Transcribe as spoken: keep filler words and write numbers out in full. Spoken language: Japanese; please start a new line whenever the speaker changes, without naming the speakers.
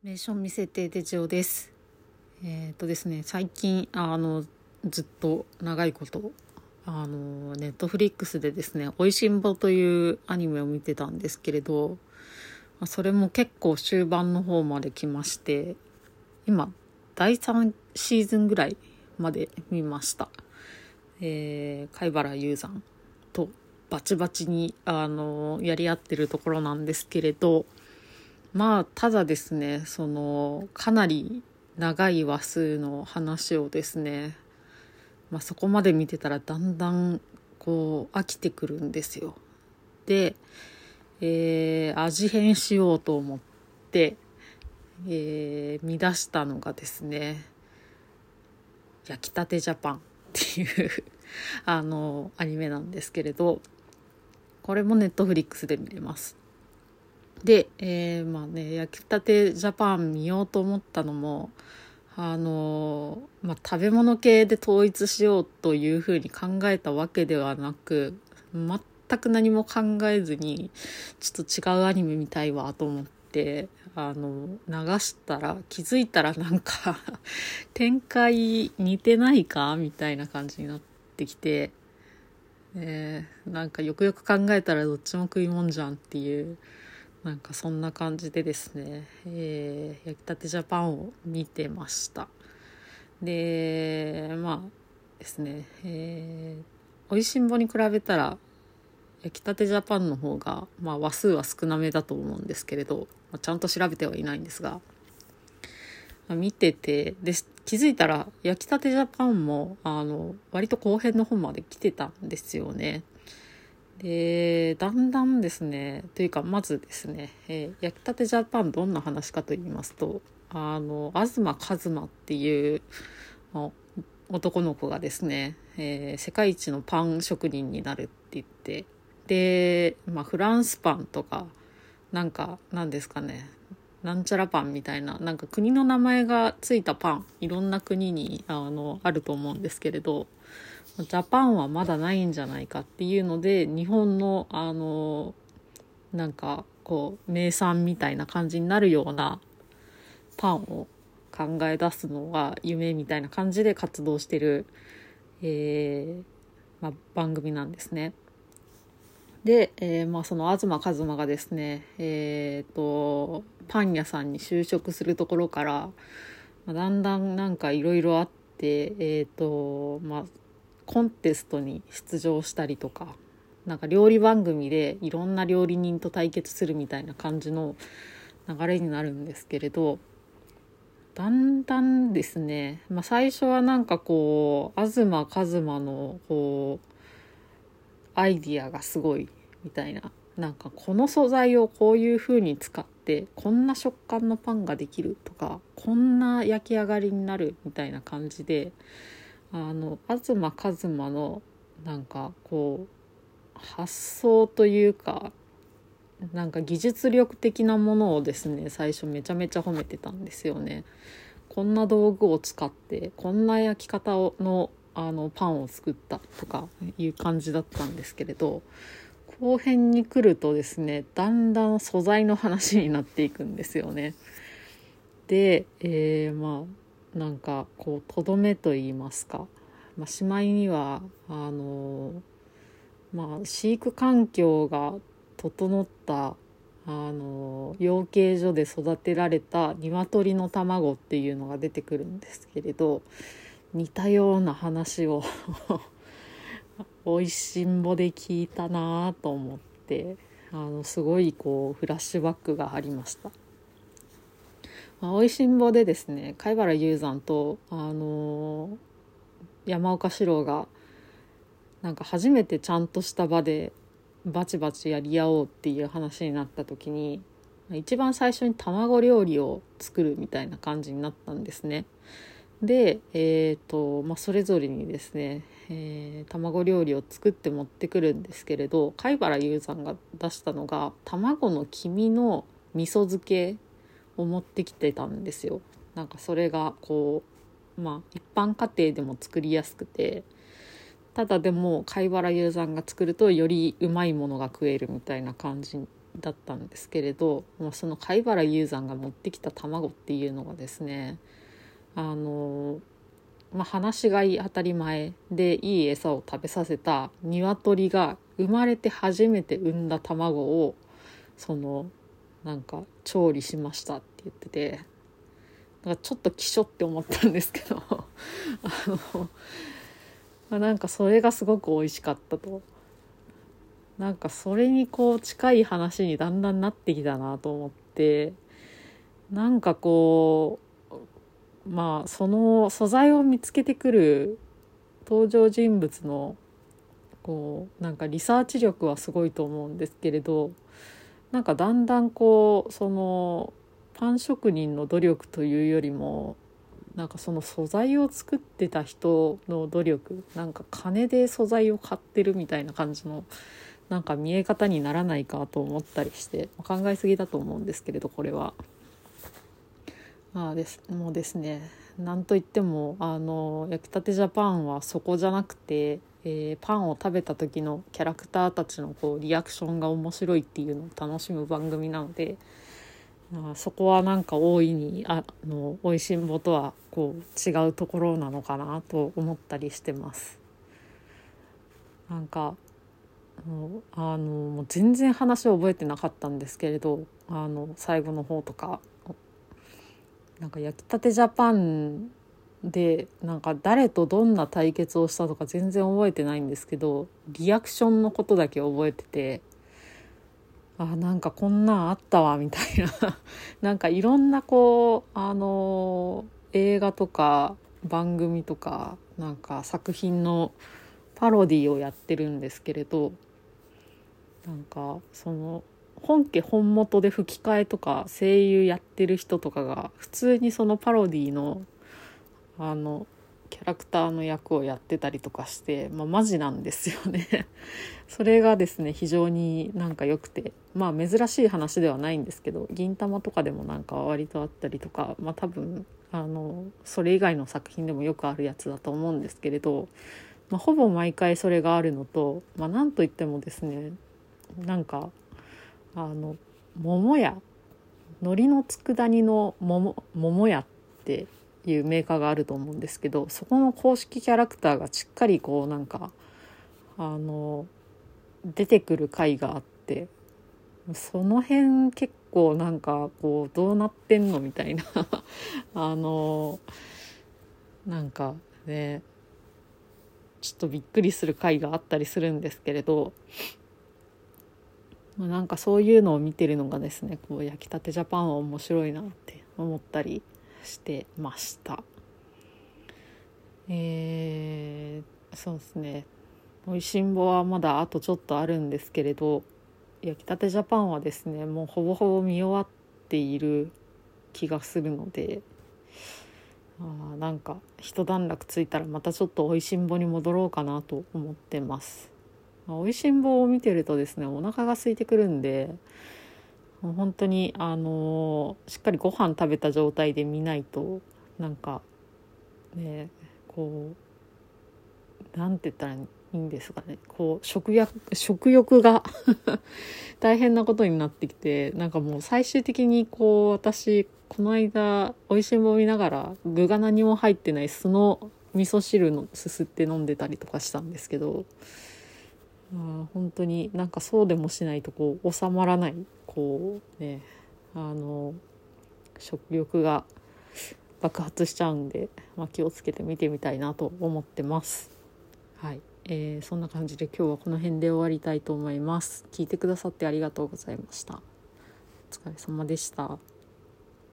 メーション見せて手帳です。えっ、とですね、最近あのずっと長いことあのネットフリックスでですね、おいしんぼというアニメを見てたんですけれど、それも結構終盤の方まで来まして、今だいさんシーズンぐらいまで見ました。えー、貝原雄山とバチバチにあのやり合ってるところなんですけれど、まあただですね、そのかなり長い話数の話をですね、まあ、そこまで見てたらだんだんこう飽きてくるんですよ。で、えー、味変しようと思って、えー、見出したのがですね、焼きたてジャパンっていうあのアニメなんですけれど、これもネットフリックスで見れます。で、えー、まあね、焼きたてジャパン見ようと思ったのも、あのー、まあ、食べ物系で統一しようというふうに考えたわけではなく、全く何も考えずに、ちょっと違うアニメ見たいわと思って、あの、流したら、気づいたらなんか、展開似てないかみたいな感じになってきて、えー、なんかよくよく考えたらどっちも食いもんじゃんっていう、なんかそんな感じでですね、えー、焼きたてジャパンを見てました。で、まあですね、えー、おいしんぼに比べたら焼きたてジャパンの方が、まあ、話数は少なめだと思うんですけれど、まあ、ちゃんと調べてはいないんですが、まあ、見ててで気づいたら焼きたてジャパンもあの割と後編の方まで来てたんですよね。でだんだんですね、というかまずですね、えー、焼きたてジャパンどんな話かと言いますと、あの東一馬っていう男の子がですね、えー、世界一のパン職人になるって言って、で、まあ、フランスパンとかなんかなんですかね、なんちゃらパンみたいな、なんか国の名前がついたパン、いろんな国にあのあると思うんですけれど、ジャパンはまだないんじゃないかっていうので、日本のあのなんかこう名産みたいな感じになるようなパンを考え出すのが夢みたいな感じで活動してる、えーまあ、番組なんですね。で、えーまあ、その東一馬がですね、えー、とパン屋さんに就職するところから、まあ、だんだんなんかいろいろあって、えーとまあコンテストに出場したりとか、なんか料理番組でいろんな料理人と対決するみたいな感じの流れになるんですけれど、だんだんですね、まあ、最初はなんかこう東一馬のこうアイディアがすごいみたいな、なんかこの素材をこういう風に使ってこんな食感のパンができるとか、こんな焼き上がりになるみたいな感じで、あの東一馬のなんかこう発想というか、なんか技術力的なものをですね、最初めちゃめちゃ褒めてたんですよね。こんな道具を使ってこんな焼き方のあのパンを作ったとかいう感じだったんですけれど、後編に来るとですね、だんだん素材の話になっていくんですよね。で、えー、まあなんかこうとどめと言いますか、まあ、しまいにはあのまあ飼育環境が整ったあの養鶏所で育てられた鶏の卵っていうのが出てくるんですけれど、似たような話をおいしんぼで聞いたなと思って、あのすごいこうフラッシュバックがありました。まあ、おいしんぼでですね、貝原雄山とあの山岡四郎がなんか初めてちゃんとした場でバチバチやり合おうっていう話になった時に、一番最初に卵料理を作るみたいな感じになったんですね。で、えーとまあ、それぞれにですね、えー、卵料理を作って持ってくるんですけれど、貝原雄山が出したのが卵の黄身の味噌漬けを持ってきてたんですよ。なんかそれがこう、まあ、一般家庭でも作りやすくて、ただでも貝原雄山が作るとよりうまいものが食えるみたいな感じだったんですけれど、もうその貝原雄山が持ってきた卵っていうのがですね、あの、まあ、放し飼い当たり前でいい餌を食べさせた鶏が生まれて初めて産んだ卵をそのなんか調理しましたって言ってて、なんかちょっと気象って思ったんですけどあの、まあ、なんかそれがすごく美味しかったと、なんかそれにこう近い話にだんだんなってきたなと思って、なんかこうまあその素材を見つけてくる登場人物のこうなんかリサーチ力はすごいと思うんですけれど、なんかだんだんこうそのパン職人の努力というよりも、なんかその素材を作ってた人の努力、なんか金で素材を買ってるみたいな感じのなんか見え方にならないかと思ったりして、考えすぎだと思うんですけれど、これはまあですもうですね、なんといってもあの焼きたてジャパンはそこじゃなくて、えー、パンを食べた時のキャラクターたちのこうリアクションが面白いっていうのを楽しむ番組なので、まあ、そこはなんか大いにあのおいしんぼとはこう違うところなのかなと思ったりしてます。なんかもうあのもう全然話を覚えてなかったんですけれど、あの最後の方とかなんか焼きたてジャパンでなんか誰とどんな対決をしたとか全然覚えてないんですけど、リアクションのことだけ覚えてて、あなんかこんなんあったわみたいななんかいろんなこうあの映画とか番組とかなんか作品のパロディをやってるんですけれど、なんかその本家本元で吹き替えとか声優やってる人とかが普通にそのパロディのあのキャラクターの役をやってたりとかして、まあ、マジなんですよねそれがですね非常になんか良くて、まあ珍しい話ではないんですけど、銀魂とかでもなんか割とあったりとか、まあ多分あのそれ以外の作品でもよくあるやつだと思うんですけれど、まあ、ほぼ毎回それがあるのと、まあ、なんといってもですね、なんかあの桃屋海苔の佃煮の桃桃屋っていうメーカーがあると思うんですけど、そこの公式キャラクターがしっかりこうなんかあの出てくる回があって、その辺結構なんかこうどうなってんのみたいなあのなんかねちょっとびっくりする回があったりするんですけれど、なんかそういうのを見てるのがですね、こう焼きたてジャパンは面白いなって思ったりしてました。えー、そうですね、おいしんぼはまだあとちょっとあるんですけれど、焼きたてジャパンはですねもうほぼほぼ見終わっている気がするので、あなんか一段落ついたらまたちょっとおいしんぼに戻ろうかなと思ってます。おいしんぼを見てるとですねお腹が空いてくるんで、もう本当にあのー、しっかりご飯食べた状態で見ないとなんかねこうなんて言ったらいいんですかね、こう食欲食欲が大変なことになってきて、なんかもう最終的にこう私この間おいしんぼ見ながら具が何も入ってない素の味噌汁のすすって飲んでたりとかしたんですけど、あ本当になんかそうでもしないとこう収まらないこうねあの食欲が爆発しちゃうんで、まあ、気をつけて見てみたいなと思ってます。はい、えー、そんな感じで今日はこの辺で終わりたいと思います。聞いてくださってありがとうございました。お疲れ様でした。